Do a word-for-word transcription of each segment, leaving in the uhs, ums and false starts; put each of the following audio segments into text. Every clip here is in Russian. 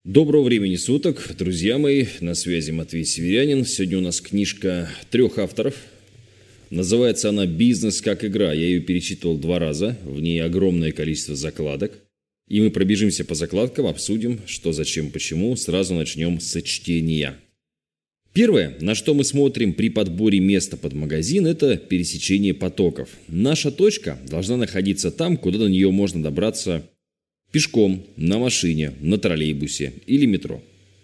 Доброго времени суток, друзья мои, на связи Матвей Северянин. Сегодня у нас книжка трех авторов. Называется она «Бизнес как игра». Я ее перечитывал два раза, в ней огромное количество закладок. И мы пробежимся по закладкам, обсудим, что, зачем, почему. Сразу начнем с чтения. Первое, на что мы смотрим при подборе места под магазин, это пересечение потоков. Наша точка должна находиться там, куда до нее можно добраться пешком, на машине, на троллейбусе или метро.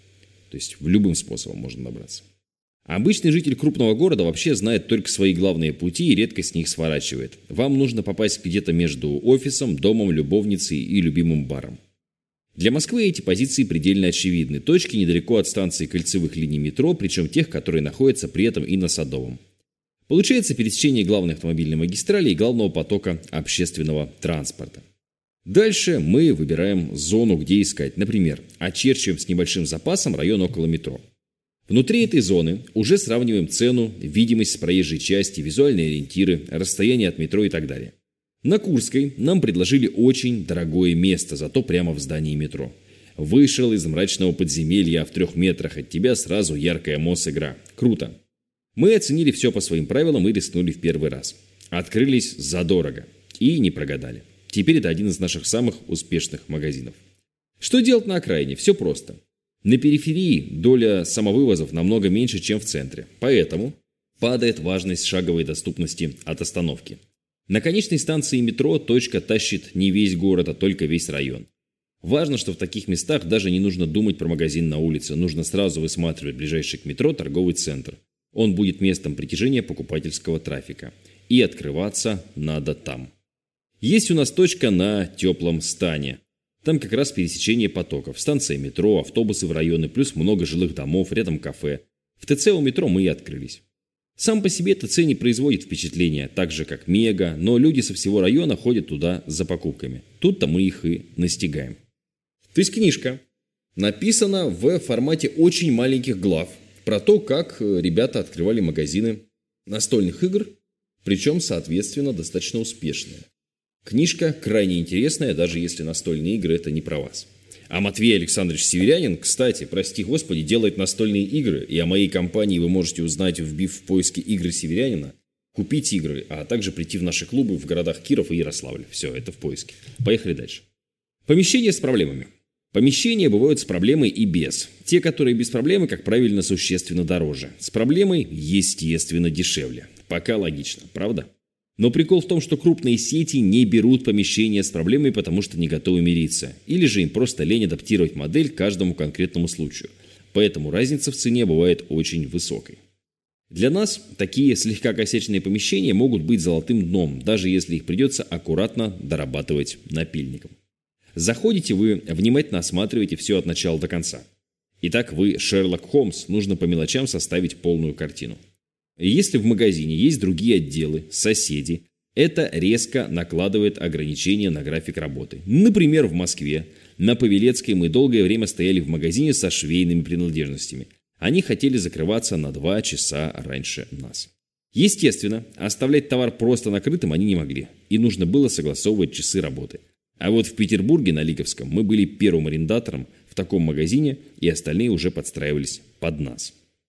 То есть в любым способом можно добраться. Обычный житель крупного города вообще знает только свои главные пути и редко с них сворачивает. Вам нужно попасть где-то между офисом, домом, любовницей и любимым баром. Для Москвы эти позиции предельно очевидны. Точки недалеко от станции кольцевых линий метро, причем тех, которые находятся при этом и на Садовом. Получается пересечение главной автомобильной магистрали и главного потока общественного транспорта. Дальше мы выбираем зону, где искать. Например, очерчиваем с небольшим запасом район около метро. Внутри этой зоны уже сравниваем цену, видимость с проезжей части, визуальные ориентиры, расстояние от метро и так далее. На Курской нам предложили очень дорогое место, зато прямо в здании метро. Вышел из мрачного подземелья, а в трех метрах от тебя сразу яркая Мосигра. Круто. Мы оценили все по своим правилам и рискнули в первый раз. Открылись задорого. И не прогадали. Теперь это один из наших самых успешных магазинов. Что делать на окраине? Все просто. На периферии доля самовывозов намного меньше, чем в центре. Поэтому падает важность шаговой доступности от остановки. На конечной станции метро точка тащит не весь город, а только весь район. Важно, что в таких местах даже не нужно думать про магазин на улице. Нужно сразу высматривать ближайший к метро торговый центр. Он будет местом притяжения покупательского трафика. И открываться надо там. Есть у нас точка на Теплом стане. Там как раз пересечение потоков. Станция метро, автобусы в районы, плюс много жилых домов, рядом кафе. В ТЦ у метро мы и открылись. Сам по себе ТЦ не производит впечатления, так же как Мега, но люди со всего района ходят туда за покупками. Тут-то мы их и настигаем. То есть книжка написана в формате очень маленьких глав про то, как ребята открывали магазины настольных игр, причем, соответственно, достаточно успешные. Книжка крайне интересная, даже если настольные игры – это не про вас. А Матвей Александрович Северянин, кстати, прости господи, делает настольные игры, и о моей компании вы можете узнать, вбив в поиске «Игры Северянина», купить игры, а также прийти в наши клубы в городах Киров и Ярославль. Все, это в поиске. Поехали дальше. Помещения с проблемами. Помещения бывают с проблемой и без. Те, которые без проблемы, как правильно, существенно дороже. С проблемой, естественно, дешевле. Пока логично, правда? Но прикол в том, что крупные сети не берут помещения с проблемой, потому что не готовы мириться. Или же им просто лень адаптировать модель к каждому конкретному случаю. Поэтому разница в цене бывает очень высокой. Для нас такие слегка косячные помещения могут быть золотым дном, даже если их придется аккуратно дорабатывать напильником. Заходите вы, внимательно осматриваете все от начала до конца. Итак, вы Шерлок Холмс, нужно по мелочам составить полную картину. Если в магазине есть другие отделы, соседи, это резко накладывает ограничения на график работы. Например, в Москве, на Павелецкой мы долгое время стояли в магазине со швейными принадлежностями. Они хотели закрываться на два часа раньше нас. Естественно, оставлять товар просто накрытым они не могли, и нужно было согласовывать часы работы. А вот в Петербурге на Лиговском мы были первым арендатором в таком магазине, и остальные уже подстраивались под нас.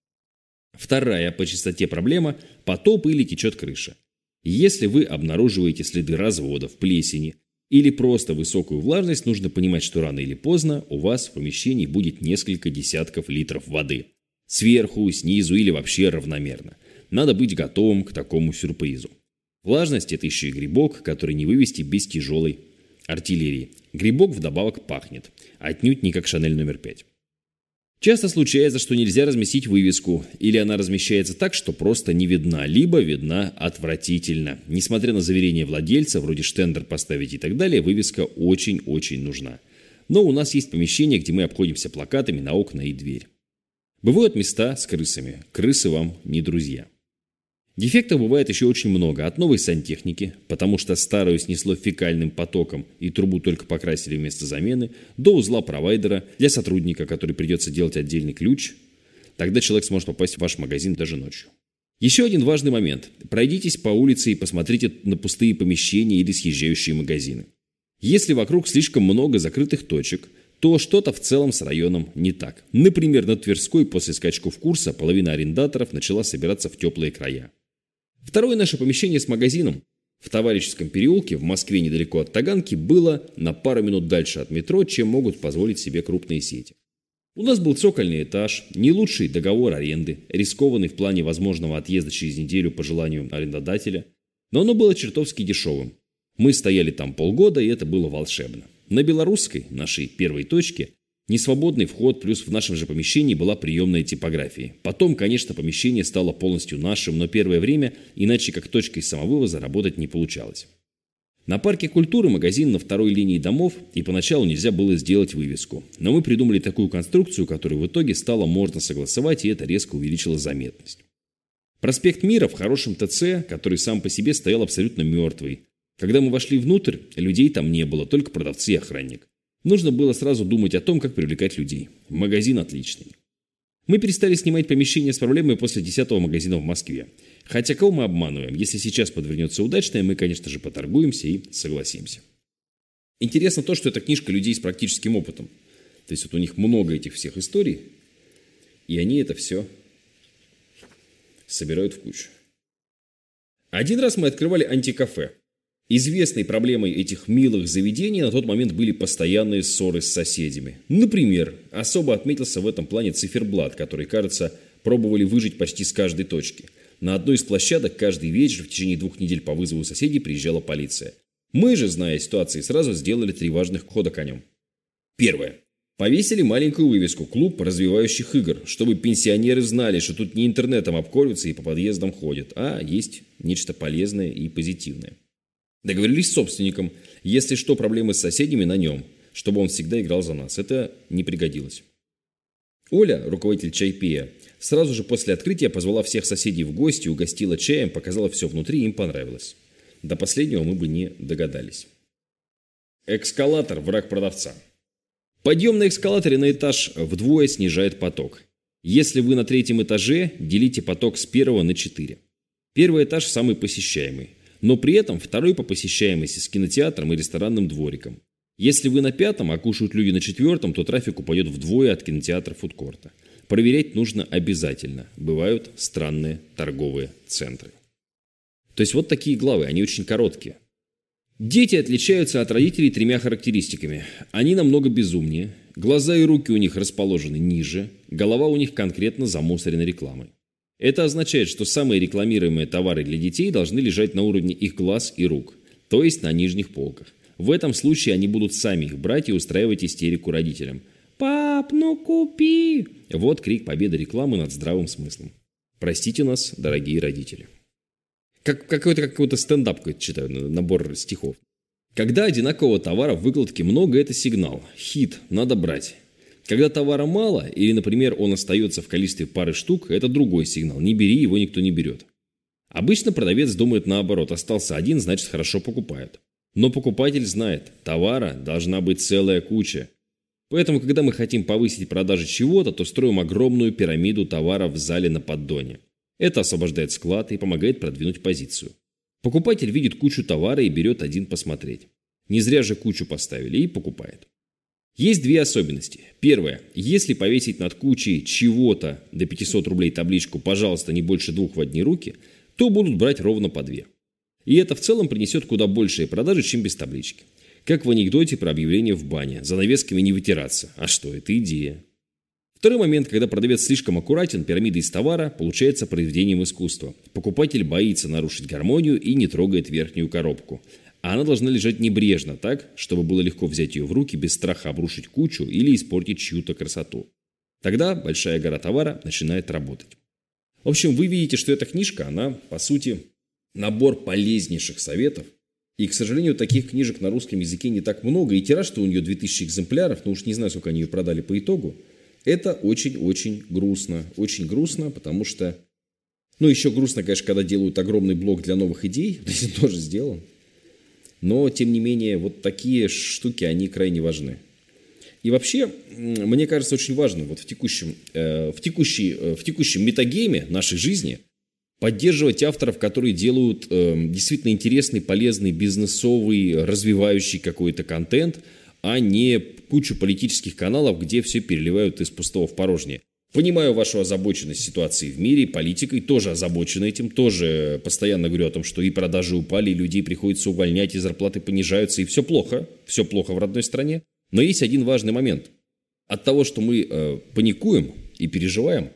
Вторая по частоте проблема – потоп или течет крыша. Если вы обнаруживаете следы разводов, плесени или просто высокую влажность, нужно понимать, что рано или поздно у вас в помещении будет несколько десятков литров воды. Сверху, снизу или вообще равномерно. Надо быть готовым к такому сюрпризу. Влажность – это еще и грибок, который не вывести без тяжелой артиллерии. Грибок вдобавок пахнет, отнюдь не как Шанель номер пять. Часто случается, что нельзя разместить вывеску, или она размещается так, что просто не видна, либо видна отвратительно. Несмотря на заверения владельца, вроде штендер поставить и так далее, вывеска очень-очень нужна. Но у нас есть помещение, где мы обходимся плакатами на окна и дверь. Бывают места с крысами. Крысы вам не друзья. Дефектов бывает еще очень много. От новой сантехники, потому что старую снесло фекальным потоком и трубу только покрасили вместо замены, до узла провайдера для сотрудника, который придется делать отдельный ключ. Тогда человек сможет попасть в ваш магазин даже ночью. Еще один важный момент. Пройдитесь по улице и посмотрите на пустые помещения или съезжающие магазины. Если вокруг слишком много закрытых точек, то что-то в целом с районом не так. Например, на Тверской после скачков курса половина арендаторов начала собираться в теплые края. Второе наше помещение с магазином в Товарищеском переулке в Москве недалеко от Таганки было на пару минут дальше от метро, чем могут позволить себе крупные сети. У нас был цокольный этаж, не лучший договор аренды, рискованный в плане возможного отъезда через неделю по желанию арендодателя, но оно было чертовски дешевым. Мы стояли там полгода, и это было волшебно. На Белорусской, нашей первой точке, несвободный вход, плюс в нашем же помещении была приемная типография. Потом, конечно, помещение стало полностью нашим, но первое время иначе как точкой самовывоза работать не получалось. На парке культуры магазин на второй линии домов, и поначалу нельзя было сделать вывеску. Но мы придумали такую конструкцию, которую в итоге стало можно согласовать, и это резко увеличило заметность. Проспект Мира в хорошем ТЦ, который сам по себе стоял абсолютно мертвый. Когда мы вошли внутрь, людей там не было, только продавцы и охранник. Нужно было сразу думать о том, как привлекать людей. Магазин отличный. Мы перестали снимать помещение с проблемой после десятого магазина в Москве. Хотя кого мы обманываем? Если сейчас подвернется удачное, мы, конечно же, поторгуемся и согласимся. Интересно то, что это книжка людей с практическим опытом. То есть вот у них много этих всех историй, и они это все собирают в кучу. Один раз мы открывали антикафе. Известной проблемой этих милых заведений на тот момент были постоянные ссоры с соседями. Например, особо отметился в этом плане циферблат, который, кажется, пробовали выжить почти с каждой точки. На одной из площадок каждый вечер в течение двух недель по вызову соседей приезжала полиция. Мы же, зная ситуацию, сразу сделали три важных хода конем. Первое. Повесили маленькую вывеску «Клуб развивающих игр», чтобы пенсионеры знали, что тут не интернетом обколются и по подъездам ходят, а есть нечто полезное и позитивное. Договорились с собственником, если что, проблемы с соседями на нем, чтобы он всегда играл за нас. Это не пригодилось. Оля, руководитель чайпея, сразу же после открытия позвала всех соседей в гости, угостила чаем, показала все внутри, им понравилось. До последнего мы бы не догадались. Эскалатор – враг продавца. Подъем на эскалаторе на этаж вдвое снижает поток. Если вы на третьем этаже, делите поток с первого на четыре. Первый этаж самый посещаемый. Но при этом второй по посещаемости с кинотеатром и ресторанным двориком. Если вы на пятом, а кушают люди на четвертом, то трафик упадет вдвое от кинотеатра фудкорта. Проверять нужно обязательно. Бывают странные торговые центры. То есть вот такие главы, они очень короткие. Дети отличаются от родителей тремя характеристиками. Они намного безумнее, глаза и руки у них расположены ниже, голова у них конкретно замусорена рекламой. Это означает, что самые рекламируемые товары для детей должны лежать на уровне их глаз и рук, то есть на нижних полках. В этом случае они будут сами их брать и устраивать истерику родителям. «Пап, ну купи!» Вот крик победы рекламы над здравым смыслом. Простите нас, дорогие родители. Как какой-то, какой-то стендап какой-то читаю, набор стихов. Когда одинакового товара в выкладке много, это сигнал. Хит, надо брать. Когда товара мало, или, например, он остается в количестве пары штук, это другой сигнал. Не бери, его никто не берет. Обычно продавец думает наоборот. Остался один, значит, хорошо покупают. Но покупатель знает, товара должна быть целая куча. Поэтому, когда мы хотим повысить продажи чего-то, то строим огромную пирамиду товаров в зале на поддоне. Это освобождает склад и помогает продвинуть позицию. Покупатель видит кучу товара и берет один посмотреть. Не зря же кучу поставили и покупает. Есть две особенности. Первое. Если повесить над кучей чего-то до пятисот рублей табличку «Пожалуйста, не больше двух в одни руки», то будут брать ровно по две. И это в целом принесет куда большие продажи, чем без таблички. Как в анекдоте про объявление в бане. Занавесками не вытираться. А что, это идея. Второй момент, когда продавец слишком аккуратен, пирамида из товара получается произведением искусства. Покупатель боится нарушить гармонию и не трогает верхнюю коробку. А она должна лежать небрежно, так, чтобы было легко взять ее в руки без страха обрушить кучу или испортить чью-то красоту. Тогда большая гора товара начинает работать. В общем, вы видите, что эта книжка, она, по сути, набор полезнейших советов. И, к сожалению, таких книжек на русском языке не так много. И тираж-то у нее две тысячи экземпляров, но уж не знаю, сколько они ее продали по итогу. Это очень-очень грустно. Очень грустно, потому что... Ну, еще грустно, конечно, когда делают огромный блок для новых идей. Это тоже сделан. Но, тем не менее, вот такие штуки, они крайне важны. И вообще, мне кажется, очень важно вот в текущем, э, в текущей, э, в текущем метагейме нашей жизни поддерживать авторов, которые делают э, действительно интересный, полезный, бизнесовый, развивающий какой-то контент, а не кучу политических каналов, где все переливают из пустого в порожнее. Понимаю вашу озабоченность ситуацией в мире, политикой, тоже озабочен этим, тоже постоянно говорю о том, что и продажи упали, и людей приходится увольнять, и зарплаты понижаются, и все плохо, все плохо в родной стране. Но есть один важный момент. От того, что мы э, паникуем и переживаем,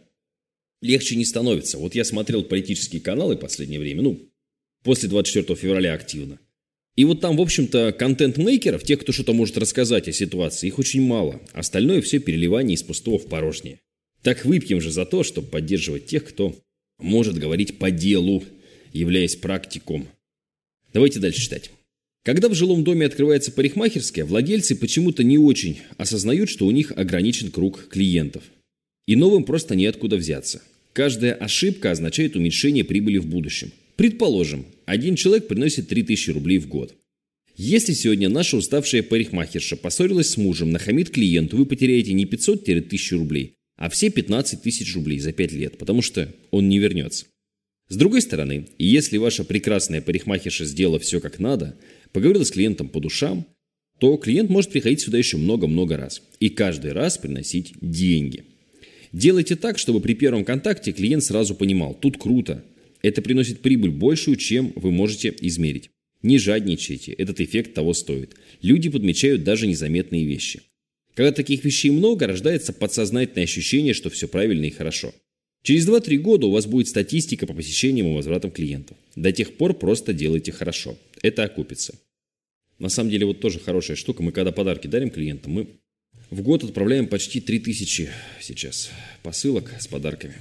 легче не становится. Вот я смотрел политические каналы в последнее время, ну, после двадцать четвёртого февраля активно. И вот там, в общем-то, контент-мейкеров, тех, кто что-то может рассказать о ситуации, их очень мало. Остальное все переливание из пустого в порожнее. Так выпьем же за то, чтобы поддерживать тех, кто может говорить по делу, являясь практиком. Давайте дальше читать. Когда в жилом доме открывается парикмахерская, владельцы почему-то не очень осознают, что у них ограничен круг клиентов. И новым просто неоткуда взяться. Каждая ошибка означает уменьшение прибыли в будущем. Предположим, один человек приносит три тысячи рублей в год. Если сегодня наша уставшая парикмахерша поссорилась с мужем, нахамит клиенту, вы потеряете не пятьсот - тысячу рублей, а все пятнадцать тысяч рублей за пять лет, потому что он не вернется. С другой стороны, если ваша прекрасная парикмахерша сделала все как надо, поговорила с клиентом по душам, то клиент может приходить сюда еще много-много раз. И каждый раз приносить деньги. Делайте так, чтобы при первом контакте клиент сразу понимал, тут круто. Это приносит прибыль большую, чем вы можете измерить. Не жадничайте, этот эффект того стоит. Люди подмечают даже незаметные вещи. Когда таких вещей много, рождается подсознательное ощущение, что все правильно и хорошо. Через два-три года у вас будет статистика по посещениям и возвратам клиентов. До тех пор просто делайте хорошо. Это окупится. На самом деле, вот тоже хорошая штука. Мы когда подарки дарим клиентам, мы в год отправляем почти три тысячи сейчас посылок с подарками.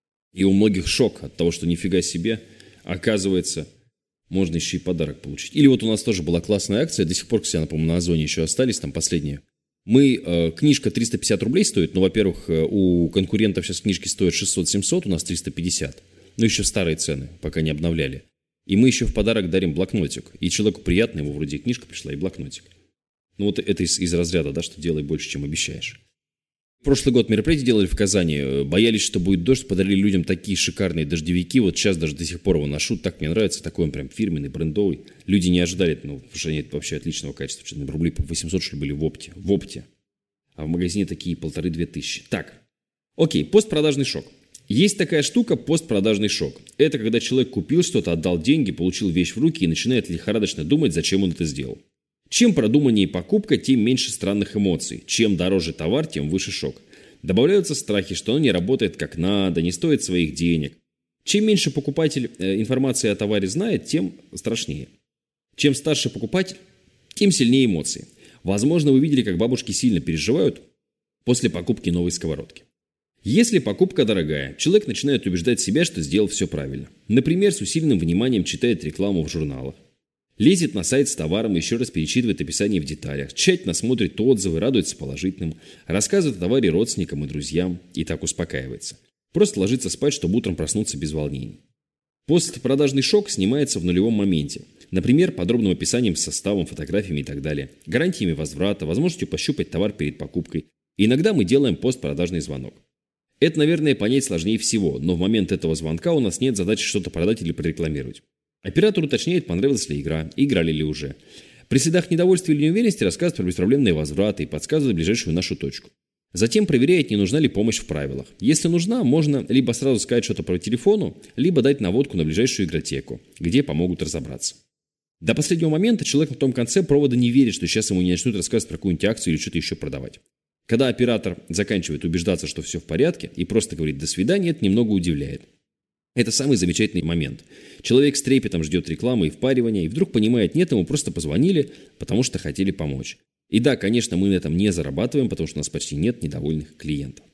И у многих шок от того, что нифига себе, оказывается, можно еще и подарок получить. Или вот у нас тоже была классная акция, до сих пор, кстати, она, по-моему, на Озоне еще остались, там последние. Мы, э, книжка триста пятьдесят рублей стоит, но, во-первых, э, у конкурентов сейчас книжки стоят шестьсот-семьсот, у нас триста пятьдесят. Ну, еще старые цены, пока не обновляли. И мы еще в подарок дарим блокнотик. И человеку приятно, ему вроде и книжка пришла, и блокнотик. Ну, вот это из, из разряда, да, что делай больше, чем обещаешь. Прошлый год мероприятие делали в Казани, боялись, что будет дождь, подарили людям такие шикарные дождевики, вот сейчас даже до сих пор его ношу, так мне нравится, такой он прям фирменный, брендовый. Люди не ожидали, ну, потому что они вообще отличного качества, что-то рублей по восемьсот, что ли, были в опте, в опте, а в магазине такие полторы-две тысячи. Так, окей, постпродажный шок. Есть такая штука постпродажный шок. Это когда человек купил что-то, отдал деньги, получил вещь в руки и начинает лихорадочно думать, зачем он это сделал. Чем продуманнее покупка, тем меньше странных эмоций. Чем дороже товар, тем выше шок. Добавляются страхи, что он не работает как надо, не стоит своих денег. Чем меньше покупатель э, информации о товаре знает, тем страшнее. Чем старше покупатель, тем сильнее эмоции. Возможно, вы видели, как бабушки сильно переживают после покупки новой сковородки. Если покупка дорогая, человек начинает убеждать себя, что сделал все правильно. Например, с усиленным вниманием читает рекламу в журналах. Лезет на сайт с товаром и еще раз перечитывает описание в деталях, тщательно смотрит отзывы, радуется положительным, рассказывает о товаре родственникам и друзьям и так успокаивается. Просто ложится спать, чтобы утром проснуться без волнений. Постпродажный шок снимается в нулевом моменте. Например, подробным описанием, составом, фотографиями и так далее, гарантиями возврата, возможностью пощупать товар перед покупкой. И иногда мы делаем постпродажный звонок. Это, наверное, понять сложнее всего, но в момент этого звонка у нас нет задачи что-то продать или прорекламировать. Оператор уточняет, понравилась ли игра, играли ли уже. При следах недовольства или неуверенности рассказывает про беспроблемные возвраты и подсказывает ближайшую нашу точку. Затем проверяет, не нужна ли помощь в правилах. Если нужна, можно либо сразу сказать что-то по телефону, либо дать наводку на ближайшую игротеку, где помогут разобраться. До последнего момента человек на том конце провода не верит, что сейчас ему не начнут рассказывать про какую-нибудь акцию или что-то еще продавать. Когда оператор заканчивает убеждаться, что все в порядке, и просто говорит «до свидания», это немного удивляет. Это самый замечательный момент. Человек с трепетом ждет рекламы и впаривания, и вдруг понимает, нет, ему просто позвонили, потому что хотели помочь. И да, конечно, мы на этом не зарабатываем, потому что у нас почти нет недовольных клиентов.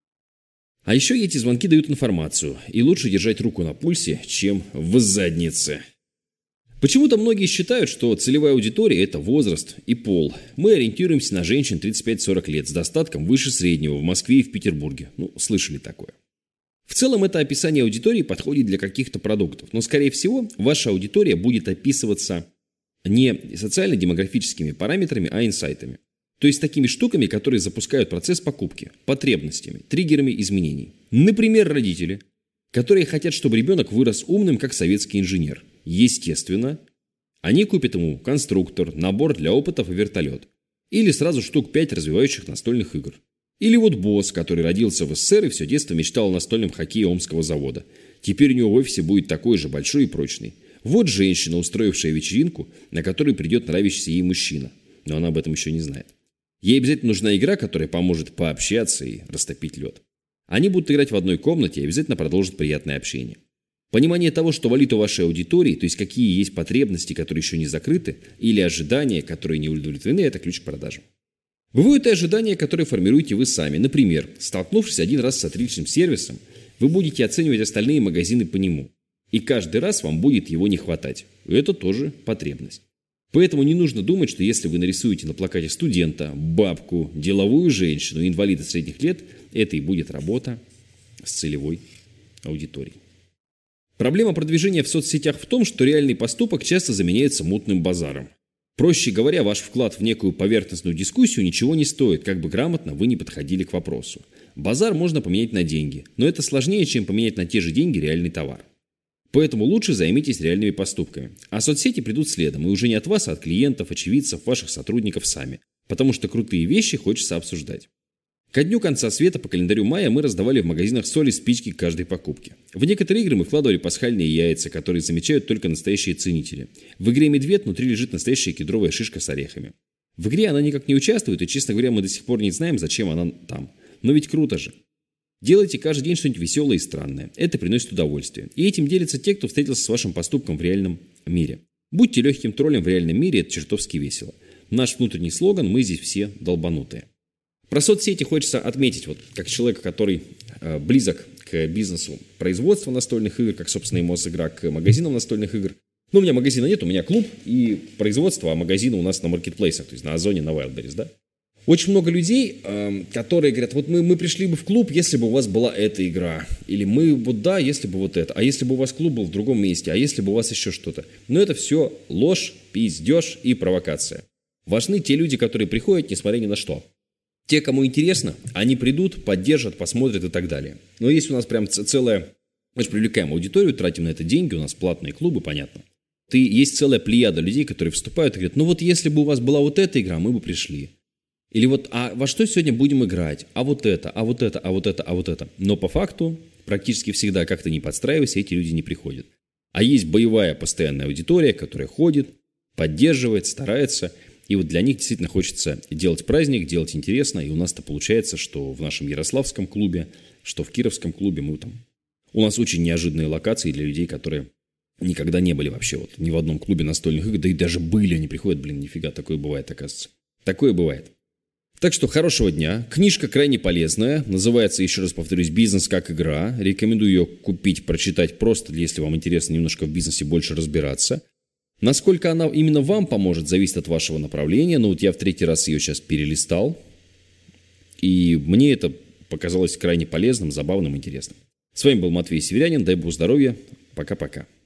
А еще эти звонки дают информацию, и лучше держать руку на пульсе, чем в заднице. Почему-то многие считают, что целевая аудитория – это возраст и пол. Мы ориентируемся на женщин тридцать пять - сорок лет с достатком выше среднего в Москве и в Петербурге. Ну, слышали такое. В целом это описание аудитории подходит для каких-то продуктов, но, скорее всего, ваша аудитория будет описываться не социально-демографическими параметрами, а инсайтами. То есть такими штуками, которые запускают процесс покупки, потребностями, триггерами изменений. Например, родители, которые хотят, чтобы ребенок вырос умным, как советский инженер. Естественно, они купят ему конструктор, набор для опытов и вертолет. Или сразу штук пять развивающих настольных игр. Или вот босс, который родился в СССР и все детство мечтал о настольном хоккее Омского завода. Теперь у него в офисе будет такой же большой и прочный. Вот женщина, устроившая вечеринку, на которой придет нравящийся ей мужчина. Но она об этом еще не знает. Ей обязательно нужна игра, которая поможет пообщаться и растопить лед. Они будут играть в одной комнате и обязательно продолжат приятное общение. Понимание того, что валюта вашей аудитории, то есть какие есть потребности, которые еще не закрыты, или ожидания, которые не удовлетворены, это ключ к продажам. Бывают и ожидания, которые формируете вы сами. Например, столкнувшись один раз с отличным сервисом, вы будете оценивать остальные магазины по нему. И каждый раз вам будет его не хватать. Это тоже потребность. Поэтому не нужно думать, что если вы нарисуете на плакате студента, бабку, деловую женщину, инвалида средних лет, это и будет работа с целевой аудиторией. Проблема продвижения в соцсетях в том, что реальный поступок часто заменяется мутным базаром. Проще говоря, ваш вклад в некую поверхностную дискуссию ничего не стоит, как бы грамотно вы не подходили к вопросу. Базар можно поменять на деньги, но это сложнее, чем поменять на те же деньги реальный товар. Поэтому лучше займитесь реальными поступками. А соцсети придут следом, и уже не от вас, а от клиентов, очевидцев, ваших сотрудников сами. Потому что крутые вещи хочется обсуждать. Ко дню конца света по календарю мая мы раздавали в магазинах соли спички к каждой покупке. В некоторые игры мы вкладывали пасхальные яйца, которые замечают только настоящие ценители. В игре «Медведь» внутри лежит настоящая кедровая шишка с орехами. В игре она никак не участвует, и, честно говоря, мы до сих пор не знаем, зачем она там. Но ведь круто же. Делайте каждый день что-нибудь веселое и странное. Это приносит удовольствие. И этим делятся те, кто встретился с вашим поступком в реальном мире. Будьте легким троллем в реальном мире, это чертовски весело. Наш внутренний слоган «Мы здесь все долбанутые». Про соцсети хочется отметить, вот как человека, который э, близок к бизнесу производства настольных игр, как, собственно, и Мосигра, к магазинам настольных игр. Ну, у меня магазина нет, у меня клуб и производство, а магазины у нас на маркетплейсах, то есть на Озоне, на Wildberries, да. Очень много людей, э, которые говорят, вот мы, мы пришли бы в клуб, если бы у вас была эта игра. Или мы, вот да, если бы вот это. А если бы у вас клуб был в другом месте, а если бы у вас еще что-то. Но это все ложь, пиздеж и провокация. Важны те люди, которые приходят, несмотря ни на что. Те, кому интересно, они придут, поддержат, посмотрят и так далее. Но есть у нас прям целая... Мы же привлекаем аудиторию, тратим на это деньги, у нас платные клубы, понятно. Ты, есть целая плеяда людей, которые вступают и говорят, ну вот если бы у вас была вот эта игра, мы бы пришли. Или вот, а во что сегодня будем играть? А вот это, а вот это, а вот это, а вот это. Но по факту, практически всегда, как ты ни подстраивайся, эти люди не приходят. А есть боевая постоянная аудитория, которая ходит, поддерживает, старается. И вот для них действительно хочется делать праздник, делать интересно. И у нас-то получается, что в нашем Ярославском клубе, что в Кировском клубе мы там... У нас очень неожиданные локации для людей, которые никогда не были вообще вот ни в одном клубе настольных игр. Да и даже были, они приходят, блин, нифига, такое бывает, оказывается. Такое бывает. Так что хорошего дня. Книжка крайне полезная. Называется, еще раз повторюсь, «Бизнес как игра». Рекомендую ее купить, прочитать просто, если вам интересно немножко в бизнесе больше разбираться. Насколько она именно вам поможет, зависит от вашего направления. Но вот я в третий раз ее сейчас перелистал. И мне это показалось крайне полезным, забавным, интересным. С вами был Матвей Северянин. Дай Бог здоровья. Пока-пока.